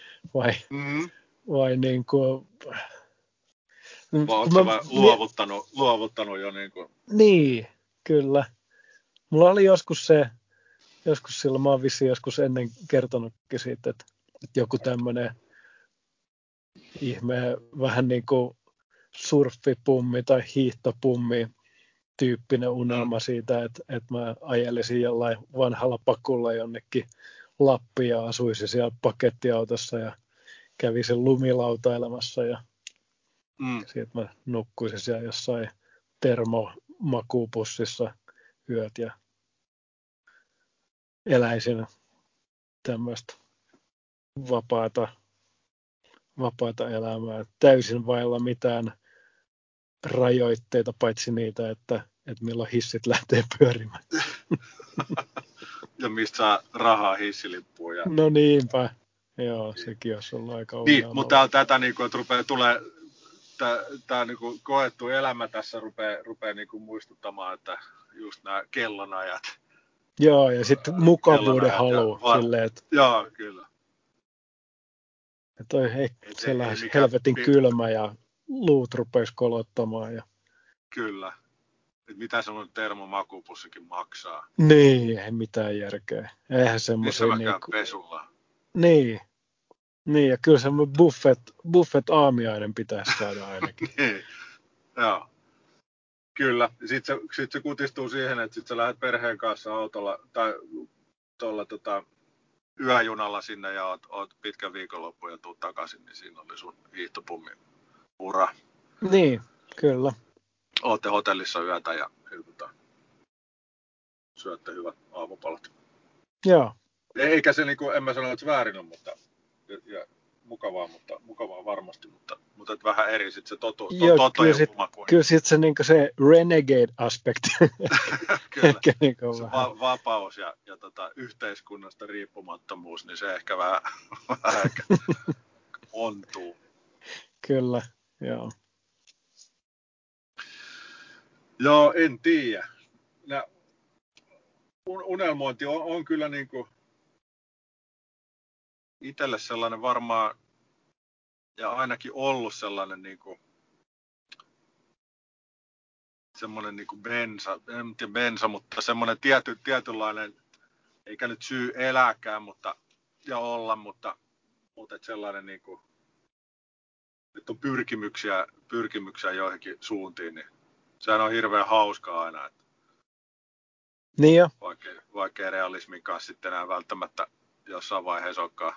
Vai niin kuin... Oletko luovuttanut jo niin kuin... Niin, kyllä. Mulla oli joskus silloin mä oon vissiin joskus ennen kertonutkin siitä, että joku tämmöinen ihme vähän niin kuin surffipummi tai hiihtopummi tyyppinen unelma siitä, että mä ajelisin jollain vanhalla pakulla jonnekin Lappiin ja asuisin siellä pakettiautossa ja kävisin lumilautailemassa ja siitä mä nukkuisin siellä jossain termomakuupussissa yöt ja eläisin tämmöistä vapaata elämää täysin vailla mitään rajoitteita, paitsi niitä, että milloin hissit lähtee pyörimään. Ja mistä saa rahaa hissilippuun. No niinpä. Joo, sekin olisi ollut aika ongelmalla. Niin, mutta tätä, niin kuin, että tulee tämä niin kuin koettu elämä tässä rupeaa niin kuin muistuttamaan, että just nämä kellonajat. Joo, ja sitten mukavuuden halu. Joo, kyllä. Että siellä olisi helvetin kylmä ja luut rupeisi kolottamaan. Ja... Kyllä. Et mitä semmoinen termomakuupussikin maksaa? Niin, ei mitään järkeä. Eihän semmoisia... Missä mä käyn pesulla? Niin, ja kyllä semmoinen buffet aamiainen pitäisi saada ainakin. Niin, joo. Kyllä. Sitten se kutistuu siihen, että sitten sä lähdet perheen kanssa autolla tai tuolla yöjunalla sinne ja oot pitkän viikonloppuun ja tuut takaisin, niin siinä oli sun hiihtopummin ura. Niin, kyllä. Ootte hotellissa yötä ja syötte hyvät aamupalat. Joo. Eikä se, niin kuin, en mä sano, että se väärin on, mutta ja mukavaa varmasti, mutta vähän eri sitten se totuus. Joo, kyllä sitten se, niin se renegade-aspekti. Kyllä, se vapaus ja yhteiskunnasta riippumattomuus, niin se ehkä vähän ontuu. Kyllä, joo. Joo, en tiedä. Unelmointi on kyllä niin kuin itselle sellainen varmaan, ja ainakin ollut sellainen niin kuin, semmoinen niin kuin bensa, mutta semmoinen tietynlainen, eikä nyt syy elääkään, ja olla, mutta sellainen niin kuin, että on pyrkimyksiä joihinkin suuntiin, niin sehän on hirveän hauskaa aina, että niin jo. Vaikea realismin kanssa sitten enää välttämättä jossain vaiheessa olekaan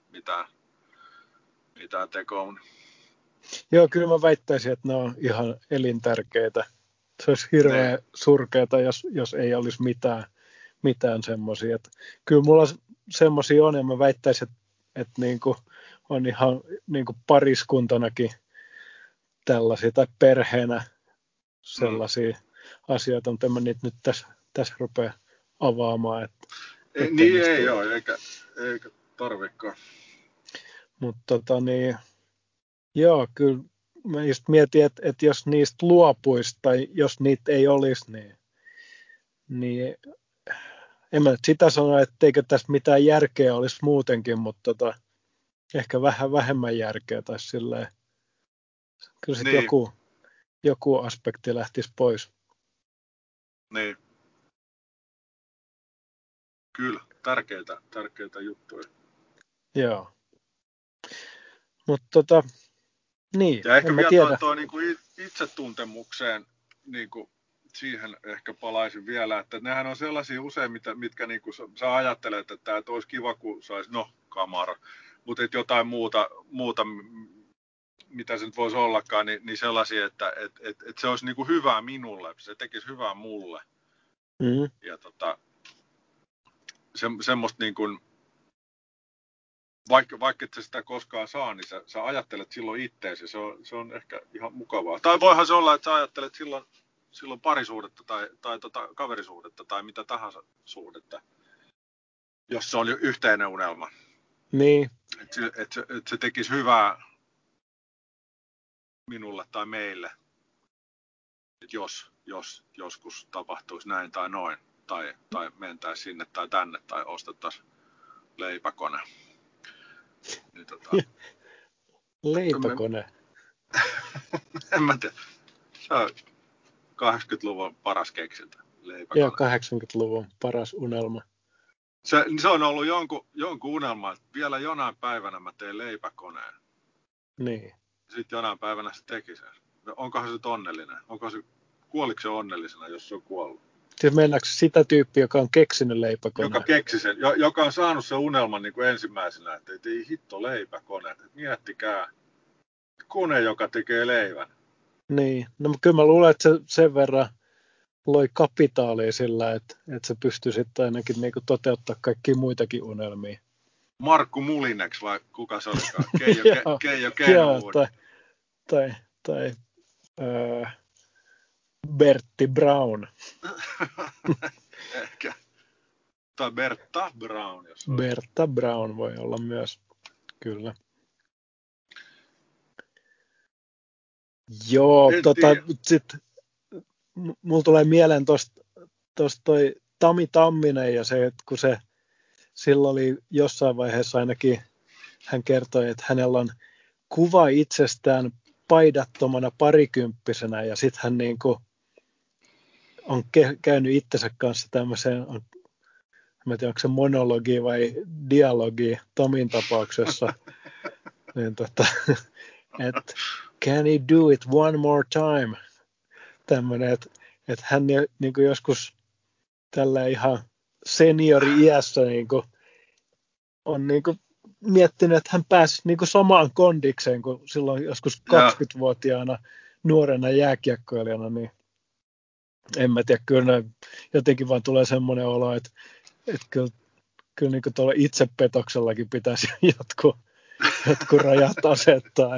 mitään tekoa. Joo, kyllä mä väittäisin, että ne on ihan elintärkeitä. Se olisi hirveän surkeata, jos ei olisi mitään semmoisia. Kyllä mulla semmoisia on, ja mä väittäisin, että niinku on ihan niinku pariskuntanakin tällaisia, tai perheenä sellaisia asioita, mutta en mä niitä nyt tässä rupea avaamaan. Että niin ei ole, eikä tarvikaan. Mutta joo, kyllä mä just mietin, että jos niistä luopuisi tai jos niitä ei olisi, niin en mä nyt sitä sano, etteikö tässä mitään järkeä olisi muutenkin, mutta ehkä vähän vähemmän järkeä tai silleen. Kyllä sitten joku aspekti lähtisi pois. Niin. Kyllä, tärkeitä juttuja. Joo. Mutta niin, ja ehkä en mä vielä tiedä. toi niinku itsetuntemukseen, niinku, siihen ehkä palaisin vielä, että nehän on sellaisia usein, mitkä niinku sä ajattelet, että tämä olisi kiva, kun saisi, kamara, mutta jotain muuta, mitä se nyt voisi ollakaan, niin sellaisia, että se olisi niinku hyvää minulle, se tekisi hyvää mulle. Mm-hmm. Ja semmoista niin kuin, vaikka et sä sitä koskaan saa, niin sä ajattelet silloin itteesi. Se on ehkä ihan mukavaa. Tai voihan se olla, että sä ajattelet silloin parisuhdetta tai kaverisuhdetta tai mitä tahansa suhdetta, jos se on yhteinen unelma. Niin. Että se tekisi hyvää minulle tai meille, että jos joskus tapahtuisi näin tai noin, tai mentäisiin sinne tai tänne tai ostettaisiin leipäkone. Niin, leipäkone. En mä tiedä. Se on 80-luvun paras keksintä. Leipäkone. Joo, 80-luvun paras unelma. Se on ollut jonkun unelma, että vielä jonain päivänä mä teen leipäkoneen. Niin. Sitten jonain päivänä se teki sen. Onkohan se nyt onnellinen? Kuoliko se onnellisena, jos se on kuollut? Siis mennäänkö sitä tyyppiä, joka on keksinyt leipäkoneen? Joka keksi sen, joka on saanut sen unelman niin kuin ensimmäisenä, että ei hitto leipäkone. Miettikää, kone, joka tekee leivän. Niin, no kyllä mä luulen, että se sen verran loi kapitaalia sillä, että se pystyi sitten ainakin niinku toteuttaa kaikkia muitakin unelmia. Markku Mulineks vai kuka se olikaan? Keijo Keijo tai Bertti Brown. Ehkä. Tai Bertta Brown. Jos Bertta Brown voi olla myös, kyllä. Joo, sitten mulla tulee mieleen tosta toi Tami Tamminen ja se, että kun se silloin oli jossain vaiheessa ainakin, hän kertoi, että hänellä on kuva itsestään paidattomana parikymppisenä ja sitten hän niinku on käynyt itsensä kanssa tämmöiseen, en tiedä onko se monologi vai dialogi Tomin tapauksessa, niin että can he do it one more time? Tämmöinen, että hän niinku joskus tällä ihan seniori-iässä niinku on niinku miettinyt, että hän pääsisi niinku samaan kondikseen kuin silloin joskus 20-vuotiaana nuorena jääkiekkoilijana, niin en mä tiedä, kyllä jotenkin vaan tulee semmoinen olo, että kyllä niin tuolla itsepetoksellakin pitäisi jotkut rajat asettaa.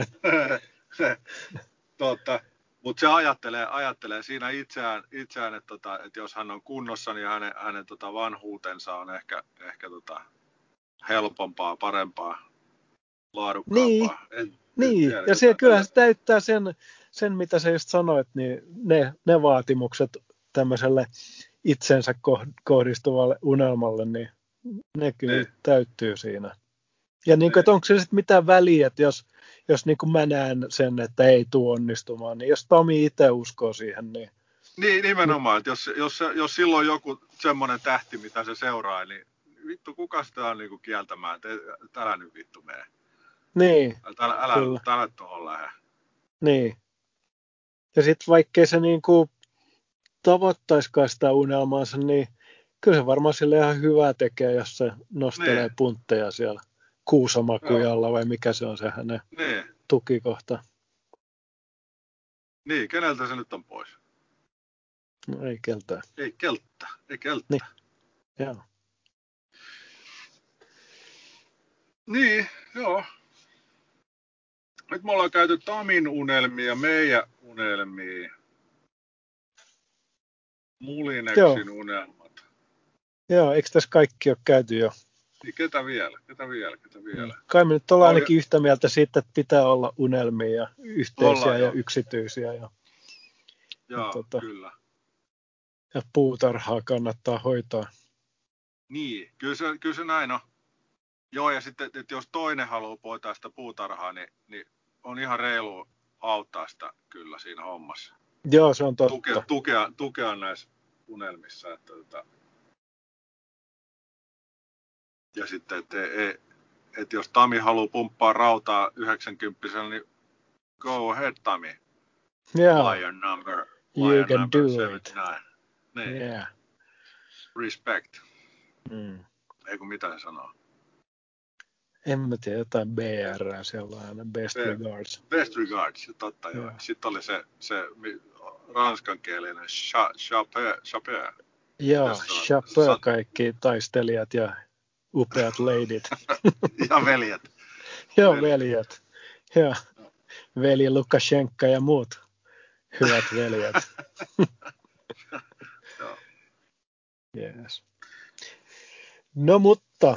Totta, mutta se ajattelee siinä itseään että jos hän on kunnossa, niin hänen vanhuutensa on ehkä helpompaa, parempaa, laadukkaampaa. Niin. Ja se, kyllähän se täyttää sen, mitä sä just sanoit, niin ne vaatimukset tämmöiselle itsensä kohdistuvalle unelmalle, niin ne kyllä täyttyy siinä. Ja niin kuin, että onko se sitten mitään väliä, että jos niin kuin mä näen sen, että ei tule onnistumaan, niin jos Tomi itse uskoo siihen, niin... Niin, nimenomaan, että jos silloin joku semmoinen tähti, mitä se seuraa, niin vittu, kuka sitä on niin kuin kieltämään, että älä nyt vittu mene. Niin, älä tuohon lähde. Niin. Ja sitten vaikkei se niin kuin tavoittaisikaan sitä unelmaansa, niin kyllä se varmaan sille ihan hyvää tekee, jos se nostelee puntteja siellä Kuusamakujalla vai mikä se on se hänen tukikohta. Niin, keneltä se nyt on pois? No ei keltään. Ei kelttä. Niin, joo. Niin, joo. Nyt me ollaan käyty Tamin unelmia ja meidän unelmia. Mulineksin unelmat. Joo, eikö tässä kaikki ole käyty jo? Niin, ketä vielä? Kai me nyt ollaan ainakin yhtä mieltä siitä, että pitää olla unelmia ja yhteisiä ja yksityisiä. Joo, kyllä. Ja puutarhaa kannattaa hoitaa. Niin, kyllä se näin on. Joo, ja sitten, että jos toinen haluaa hoitaa sitä puutarhaa, niin on ihan reilu auttaa sitä kyllä siinä hommassa. Joo, se on totta. Tukea näissä unelmissa. Ja sitten, että jos Tami haluaa pumppaa rautaa 90, niin go ahead, Tami. Yeah. Lion number You can do 79. Niin. Yeah. Respect. Eikö mitä se sanoo? En mä tiedä, jotain BR sellainen. Best regards. Best regards, totta joo. Sitten oli se ranskankielinen chapeau. Joo, chapeau kaikki taistelijat ja upeat ladit. Ja veljet. Joo, veljet. Joo. Veli Lukashenka ja muut hyvät veljet. Yes. No mutta,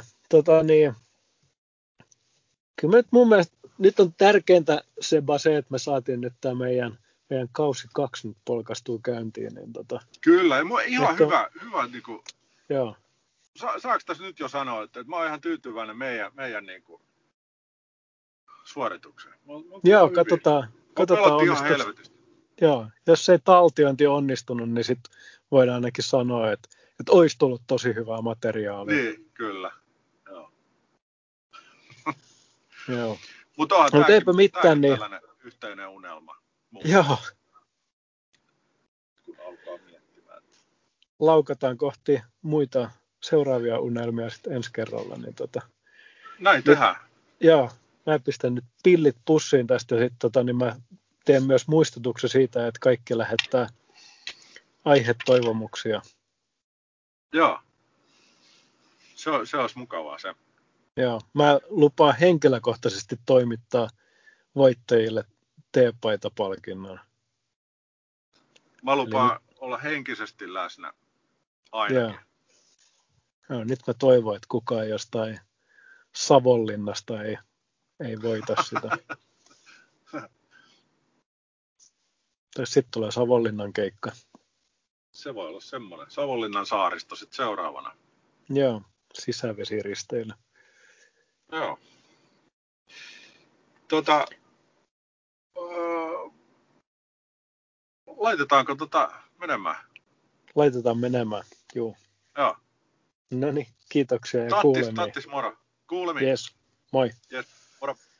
kyllä mun mielestä nyt on tärkeintä se, että me saatiin nyt tämä meidän kausi 2 nyt polkastuu käyntiin. Niin kyllä, ihan hyvä niin kuin, joo. Saanko tässä nyt jo sanoa, että mä oon ihan tyytyväinen meidän niin kuin, suoritukseen? Joo, katsotaan ihan helvetistä. Joo, jos ei taltiointi onnistunut, niin sitten voidaan ainakin sanoa, että olisi tullut tosi hyvää materiaalia. Niin, kyllä. Joo. Mutta onhan eipä mitään, niin tällainen yhteinen unelma. Joo. Kun alkaa miettimään. Laukataan kohti muita seuraavia unelmia sitten ensi kerralla. Niin näin tehdään. Joo, mä pistän nyt pillit pussiin tästä ja sitten niin mä teen myös muistutuksen siitä, että kaikki lähettää aihetoivomuksia. Joo. Se olisi mukavaa se. Joo, mä lupaan henkilökohtaisesti toimittaa voittajille teepaitapalkinnon. Mä lupaan olla henkisesti läsnä ainakin. Joo, nyt mä toivon, että kukaan jostain Savonlinnasta ei voita sitä. Tai sitten tulee Savonlinnan keikka. Se voi olla semmoinen. Savonlinnan saaristo sitten seuraavana. Joo, sisävesiristeillä. Joo. Laitetaanko menemään? Laitetaan menemään, juu. Joo. No niin, kiitoksia ja kuulemiin. Tattis moro. Kuulemiin. Yes, moi. Yes, moro.